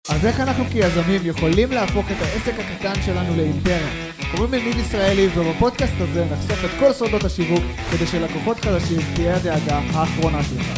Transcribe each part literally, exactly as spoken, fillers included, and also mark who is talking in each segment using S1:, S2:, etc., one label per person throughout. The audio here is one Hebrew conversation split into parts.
S1: אז איך אנחנו כיזמים יכולים להפוך את העסק הקטן שלנו לאימפריה? קוראים לי ניב ישראלי, ובפודקאסט הזה נחשוף את כל סודות השיווק כדי שלקוחות חדשים תהיה הדאגה האחרונה שלך.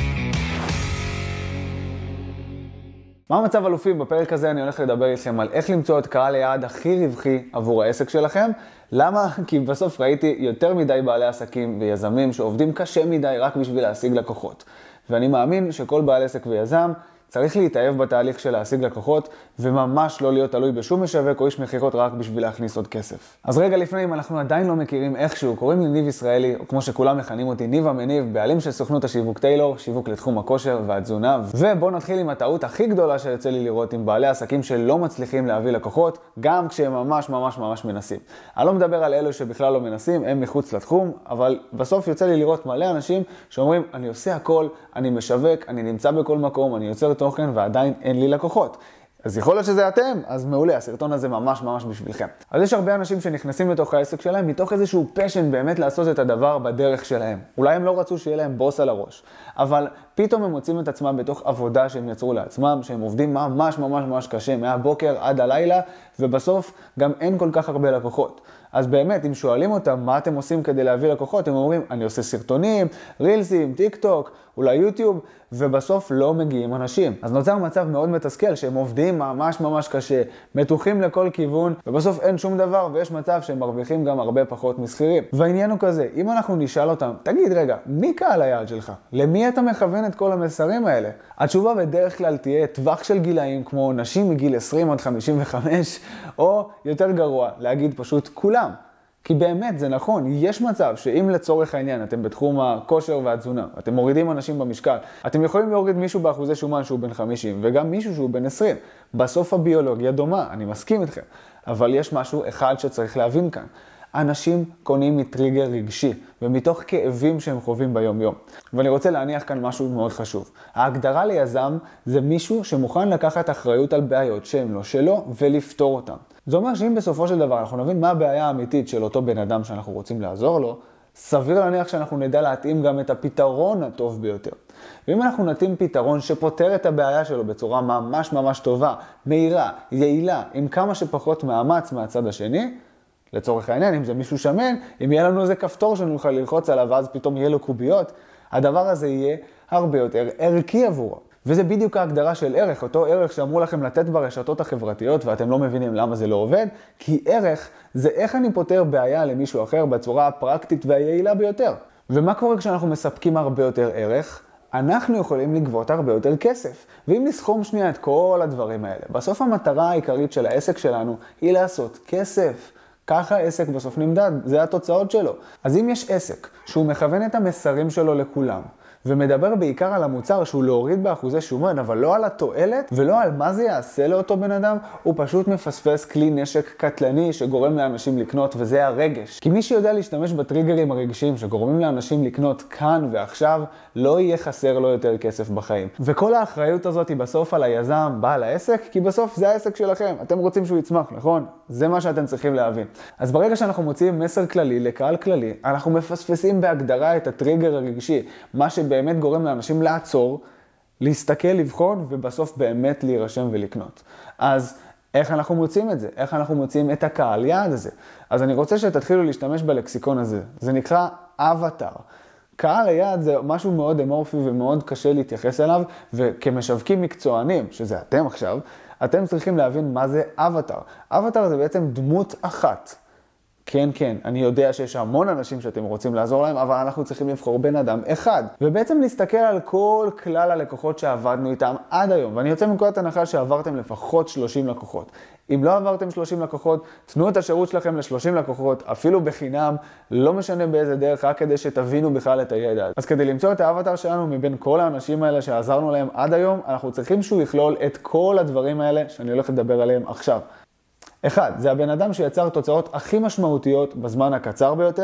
S2: מה המצב אלופים? בפרק הזה אני הולך לדבר איתכם על איך למצוא את קהל היעד הכי רווחי עבור העסק שלכם. למה? כי בסוף ראיתי יותר מדי בעלי עסקים ויזמים שעובדים קשה מדי רק בשביל להשיג לקוחות. ואני מאמין שכל בעל עסק ויזם צריך להתאהב בתהליך של להשיג לקוחות, וממש לא להיות תלוי בשום משווק או איש מחירות רק בשביל להכניס עוד כסף. אז רגע לפני, אם אנחנו עדיין לא מכירים איכשהו, קוראים לי ניב ישראלי, או כמו שכולם מכנים אותי, ניב המניב, בעלים של סוכנות השיווק טיילור, שיווק לתחום הכושר והתזונה. ובואו נתחיל עם הטעות הכי גדולה שיוצא לי לראות עם בעלי עסקים שלא מצליחים להביא לקוחות, גם כשהם ממש ממש ממש מנסים. אני לא מדבר על אלו שבכלל לא מנסים, הם מחוץ לתחום, אבל בסוף יוצא לי לראות מלא אנשים שאומרים, אני עושה הכל, אני משווק, אני נמצא בכל מקום, אני יוצר תוכן ועדיין אין לי לקוחות. אז יכול להיות שזה אתם, אז מעולה, הסרטון הזה ממש ממש בשבילכם. אז יש הרבה אנשים שנכנסים לתוך העסק שלהם מתוך איזשהו פשן באמת לעשות את הדבר בדרך שלהם. אולי הם לא רצו שיהיה להם בוס על הראש, אבל פתאום הם מוצאים את עצמם בתוך עבודה שהם יצרו לעצמם, שהם עובדים ממש ממש ממש קשה, מהבוקר עד הלילה, ובסוף גם אין כל כך הרבה לקוחות. אז באמת, אם שואלים אותם מה אתם עושים כדי להביא לקוחות, הם אומרים, אני עושה סרטונים, רילסים, טיק טוק, אולי יוטיוב, ובסוף לא מגיעים אנשים. אז נוצר מצב מאוד מתסכל שהם עובדים ממש ממש קשה, מתוחים לכל כיוון, ובסוף אין שום דבר, ויש מצב שהם מרוויחים גם הרבה פחות מסחירים. והעניין הוא כזה, אם אנחנו נשאל אותם, תגיד רגע, מי קהל היעד שלך? למי אתה מכוון את כל המסרים האלה? התשובה בדרך כלל תהיה טווח של גילאים, כמו נשים מגיל עשרים עד חמישים וחמש, או יותר גרוע, להגיד פשוט כולם. כי באמת זה נכון, יש מצב שאם לצורך העניין אתם בתחום הכושר והתזונה, אתם מורידים אנשים במשקל, אתם יכולים להוריד מישהו באחוזי שומן שהוא בן חמישים וגם מישהו שהוא בן עשרים. בסוף הביולוגיה דומה, אני מסכים איתכם. אבל יש משהו אחד שצריך להבין כאן. אנשים קונים מטריגר רגשי ומתוך כאבים שהם חווים ביום יום. ואני רוצה להניח כאן משהו מאוד חשוב. ההגדרה ליזם זה מישהו שמוכן לקחת אחריות על בעיות שהם לא שלו ולפתור אותם. זה אומר שאם בסופו של דבר אנחנו נבין מה הבעיה האמיתית של אותו בן אדם שאנחנו רוצים לעזור לו, סביר להניח שאנחנו נדע להתאים גם את הפתרון הטוב ביותר. ואם אנחנו נתאים פתרון שפותר את הבעיה שלו בצורה ממש ממש טובה, מהירה, יעילה, עם כמה שפחות מאמץ מהצד השני, לצורך העניין, אם זה מישהו שמן, אם יהיה לנו איזה כפתור שנוכל ללחוץ עליו ואז פתאום יהיה לו קוביות, הדבר הזה יהיה הרבה יותר ערכי עבורו. וזה בדיוק ההגדרה של ערך, אותו ערך שאמרו לכם לתת ברשתות החברתיות ואתם לא מבינים למה זה לא עובד, כי ערך זה איך אני פותר בעיה למישהו אחר בצורה הפרקטית והיעילה ביותר. ומה קורה כשאנחנו מספקים הרבה יותר ערך? אנחנו יכולים לגבות הרבה יותר כסף. ואם נסכום שנייה את כל הדברים האלה, בסוף המטרה העיקרית של העסק שלנו היא לעשות כסף. ככה עסק בסוף נמדד, זה התוצאות שלו. אז אם יש עסק שהוא מכוון את המסרים שלו לכולם, ומדבר בעיקר על המוצר שהוא להוריד באחוזי שומן, אבל לא על התועלת ולא על מה זה יעשה לאותו בן אדם, הוא פשוט מפספס כלי נשק קטלני שגורם לאנשים לקנות, וזה הרגש. כי מי שיודע להשתמש בטריגרים הרגשיים שגורמים לאנשים לקנות כאן ועכשיו, לא יהיה חסר לו יותר כסף בחיים. וכל האחריות הזאת היא בסוף על היזם, בעל העסק, כי בסוף זה העסק שלכם. אתם רוצים שהוא יצמח, נכון? זה מה שאתם צריכים להבין. אז ברגע שאנחנו מוציאים מסר כללי לקהל כללי, אנחנו מפספסים בהגדרה את הטריגר הרגשי, מה שבאמת גורם לאנשים לעצור, להסתכל, לבחון, ובסוף באמת להירשם ולקנות. אז איך אנחנו מוצאים את זה? איך אנחנו מוצאים את הקהל יעד הזה? אז אני רוצה שתתחילו להשתמש בלקסיקון הזה. זה נקרא אבטר. קהל היעד זה משהו מאוד אמורפי ומאוד קשה להתייחס אליו, וכמשווקים מקצוענים, שזה אתם עכשיו, אתם צריכים להבין מה זה אבטר. אבטר זה בעצם דמות אחת. כן, כן, אני יודע שיש המון אנשים שאתם רוצים לעזור להם, אבל אנחנו צריכים לבחור בן אדם אחד. ובעצם להסתכל על כל כלל הלקוחות שעבדנו איתם עד היום. ואני יוצא מנקודת הנחה שעברתם לפחות שלושים לקוחות. אם לא עברתם שלושים לקוחות, תנו את השירות שלכם ל-שלושים לקוחות, אפילו בחינם, לא משנה באיזה דרך, רק כדי שתבינו בכלל את הידע. אז כדי למצוא את האבטר שלנו מבין כל האנשים האלה שעזרנו להם עד היום, אנחנו צריכים שהוא יכלול את כל הדברים האלה שאני הולך לדבר עליהם עכשיו. אחד, זה הבן אדם שיצר תוצאות הכי משמעותיות בזמן הקצר ביותר.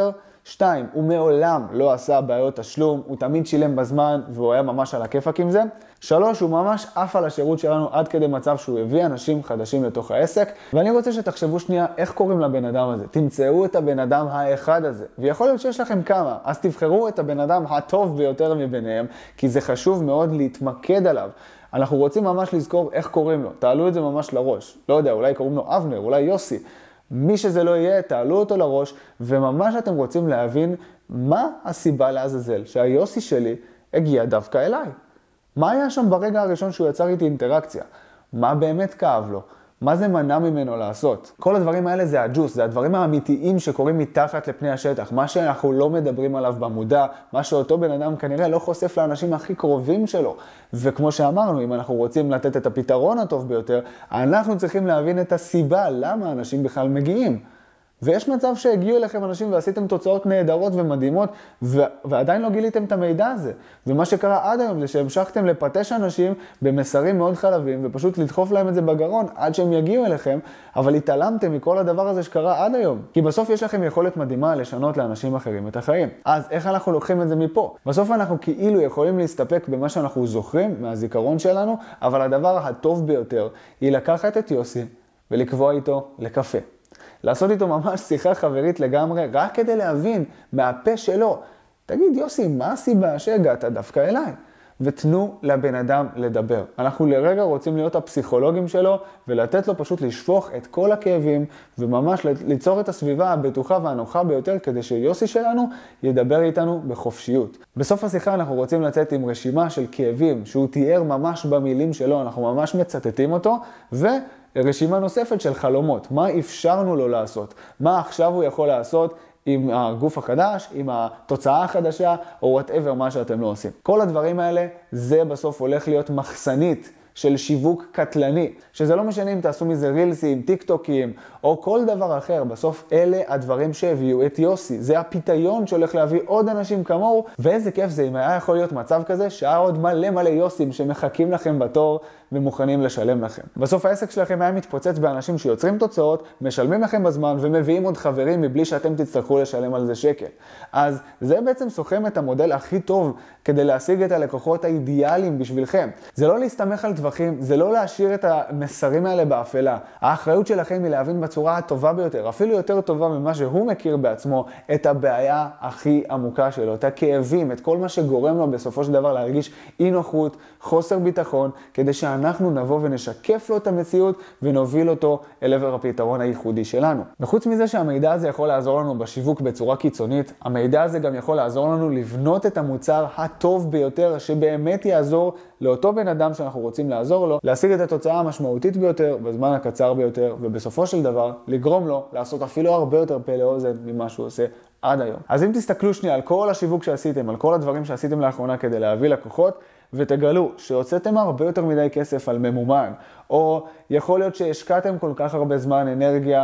S2: שתיים, הוא מעולם לא עשה בעיות תשלום, הוא תמיד שילם בזמן והוא היה ממש על הכיפק עם זה. שלוש, הוא ממש עף על השירות שלנו עד כדי מצב שהוא הביא אנשים חדשים לתוך העסק. ואני רוצה שתחשבו שנייה איך קוראים לבן אדם הזה. תמצאו את הבן אדם האחד הזה. ויכול להיות שיש לכם כמה, אז תבחרו את הבן אדם הטוב ביותר מביניהם, כי זה חשוב מאוד להתמקד עליו. אנחנו רוצים ממש לזכור איך קוראים לו. תעלו את זה ממש לראש. לא יודע, אולי קוראים לו אבנר, אולי יוסי. מי שזה לא יהיה, תעלו אותו לראש, וממש אתם רוצים להבין מה הסיבה לעזאזל שהיוסי שלי הגיע דווקא אליי. מה היה שם ברגע הראשון שהוא יצר איתי אינטראקציה? מה באמת כאב לו? מה זה מנע ממנו לעשות? כל הדברים האלה זה הג'וס, זה הדברים האמיתיים שקורים מתחת לפני השטח, מה שאנחנו לא מדברים עליו במודע, מה שאותו בן אדם כנראה לא חושף לאנשים הכי קרובים שלו. וכמו שאמרנו, אם אנחנו רוצים לתת את הפתרון הטוב ביותר, אנחנו צריכים להבין את הסיבה למה אנשים בכלל מגיעים. ויש מצב שהגיעו אליכם אנשים ועשיתם תוצאות נהדרות ומדהימות, ו- ועדיין לא גיליתם את המידע הזה. ומה שקרה עד היום זה שהמשכתם לפתש אנשים במסרים מאוד חלבים, ופשוט לדחוף להם את זה בגרון עד שהם יגיעו אליכם, אבל התעלמתם מכל הדבר הזה שקרה עד היום. כי בסוף יש לכם יכולת מדהימה לשנות לאנשים אחרים את החיים. אז איך אנחנו לוקחים את זה מפה? בסוף אנחנו כאילו יכולים להסתפק במה שאנחנו זוכרים מהזיכרון שלנו, אבל הדבר הטוב ביותר היא לקחת את יוסי ולקבוע איתו לקפה. לעשות איתו ממש שיחה חברית לגמרי, רק כדי להבין מהפה שלו. תגיד, יוסי, מה הסיבה שהגעת דווקא אליי? ותנו לבן אדם לדבר. אנחנו לרגע רוצים להיות הפסיכולוגים שלו, ולתת לו פשוט לשפוך את כל הכאבים, וממש ליצור את הסביבה הבטוחה והנוחה ביותר, כדי שיוסי שלנו ידבר איתנו בחופשיות. בסוף השיחה אנחנו רוצים לצאת עם רשימה של כאבים, שהוא תיאר ממש במילים שלו, אנחנו ממש מצטטים אותו, ו... רשימה נוספת של חלומות, מה אפשרנו לו לעשות, מה עכשיו הוא יכול לעשות עם הגוף החדש, עם התוצאה החדשה, או whatever מה שאתם לא עושים. כל הדברים האלה, זה בסוף הולך להיות מחסנית של שיווק קטלני, שזה לא משנה אם תעשו מזה רילסים, טיק טוקים, או כל דבר אחר, בסוף אלה הדברים שהביאו את יוסי, זה הפיתיון שהולך להביא עוד אנשים כמוהו, ואיזה כיף זה אם היה יכול להיות מצב כזה, שהיה עוד מלא מלא יוסים שמחכים לכם בתור, ומוכנים לשלם לכם. בסוף העסק שלכם היה מתפוצץ באנשים שיוצרים תוצאות, משלמים לכם בזמן ומביאים עוד חברים מבלי שאתם תצטרכו לשלם על זה שקל. אז זה בעצם סוכם את המודל הכי טוב כדי להשיג את הלקוחות האידיאליים בשבילכם. זה לא להסתמך על טווחים, זה לא להשאיר את המסרים האלה באפלה. האחריות שלכם היא להבין בצורה הטובה ביותר, אפילו יותר טובה ממה שהוא מכיר בעצמו, את הבעיה הכי עמוקה שלו, את הכאבים, את כל מה שגורם לו בסופו של דבר להרגיש אי נוחות, חוסר ביטחון, כדי שאנחנו נבוא ונשקף לו את המציאות ונוביל אותו אל עבר הפתרון הייחודי שלנו. וחוץ מזה שהמידע הזה יכול לעזור לנו בשיווק בצורה קיצונית, המידע הזה גם יכול לעזור לנו לבנות את המוצר הטוב ביותר שבאמת יעזור לאותו בן אדם שאנחנו רוצים לעזור לו, להשיג את התוצאה המשמעותית ביותר בזמן הקצר ביותר, ובסופו של דבר לגרום לו לעשות אפילו הרבה יותר פלא אוזן ממה שהוא עושה עד היום. אז אם תסתכלו שנייה על כל השיווק שעשיתם, על כל הדברים שעשיתם לאחרונה כדי להביא לקוחות, ותגלו שהוצאתם הרבה יותר מדי כסף על ממומן, או יכול להיות שהשקעתם כל כך הרבה זמן, אנרגיה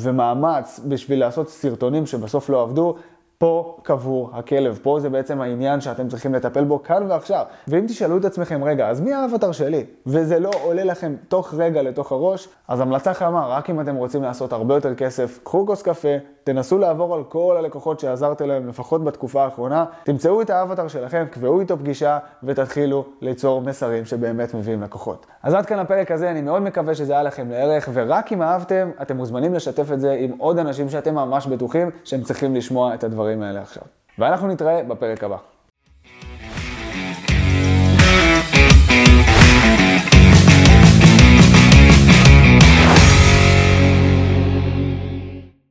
S2: ומאמץ בשביל לעשות סרטונים שבסוף לא עבדו, פה קבור הכלב, פה זה בעצם העניין שאתם צריכים לטפל בו כאן ועכשיו. ואם תשאלו את עצמכם, רגע, אז מי האבטר שלי? וזה לא עולה לכם תוך רגע לתוך הראש, אז המלצה חמה, רק אם אתם רוצים לעשות הרבה יותר כסף, קחו כוס קפה, תנסו לעבור על כל הלקוחות שעזרתם להם, לפחות בתקופה האחרונה, תמצאו את האבטר שלכם, קבעו איתו פגישה, ותתחילו ליצור מסרים שבאמת מביאים לקוחות. אז עד כאן הפרק הזה, אני מאוד מקווה שזה היה לכם לערך, ורק אם אהבתם, אתם מוזמנים לשתף את זה עם עוד אנשים שאתם ממש בטוחים שהם צריכים לשמוע את הדברים האלה עכשיו. ואנחנו נתראה בפרק הבא.